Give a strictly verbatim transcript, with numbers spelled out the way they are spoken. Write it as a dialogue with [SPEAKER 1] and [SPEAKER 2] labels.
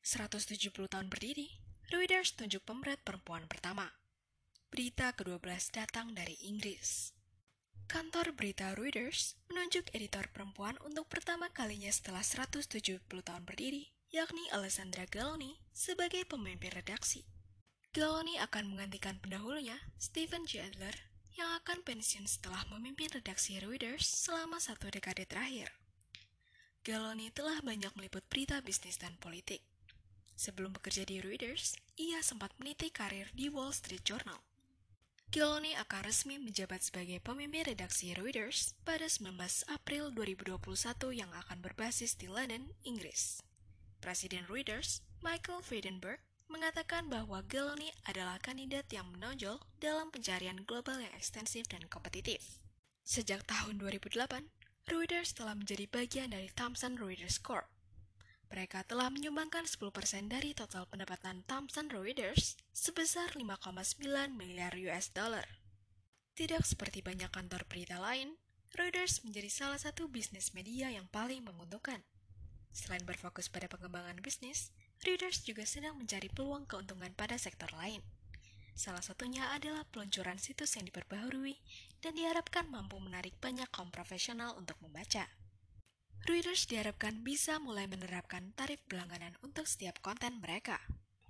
[SPEAKER 1] seratus tujuh puluh tahun berdiri, Reuters tunjuk pemberat perempuan pertama. Berita kedua belas datang dari Inggris. Kantor berita Reuters menunjuk editor perempuan untuk pertama kalinya setelah seratus tujuh puluh tahun berdiri, yakni Alessandra Galloni, sebagai pemimpin redaksi. Galloni akan menggantikan pendahulunya, Stephen J. Adler, yang akan pensiun setelah memimpin redaksi Reuters selama satu dekade terakhir. Galloni telah banyak meliput berita bisnis dan politik. Sebelum bekerja di Reuters, ia sempat meniti karir di Wall Street Journal. Galloni akan resmi menjabat sebagai pemimpin redaksi Reuters pada sembilan belas April dua ribu dua puluh satu yang akan berbasis di London, Inggris. Presiden Reuters, Michael Frydenberg, mengatakan bahwa Galloni adalah kandidat yang menonjol dalam pencarian global yang ekstensif dan kompetitif. Sejak tahun dua ribu delapan, Reuters telah menjadi bagian dari Thomson Reuters Corp. Mereka telah menyumbangkan sepuluh persen dari total pendapatan Thomson Reuters sebesar lima koma sembilan miliar U S dollar. Tidak seperti banyak kantor berita lain, Reuters menjadi salah satu bisnis media yang paling menguntungkan. Selain berfokus pada pengembangan bisnis, Reuters juga sedang mencari peluang keuntungan pada sektor lain. Salah satunya adalah peluncuran situs yang diperbaharui dan diharapkan mampu menarik banyak kaum profesional untuk membaca. Reuters diharapkan bisa mulai menerapkan tarif berlangganan untuk setiap konten mereka.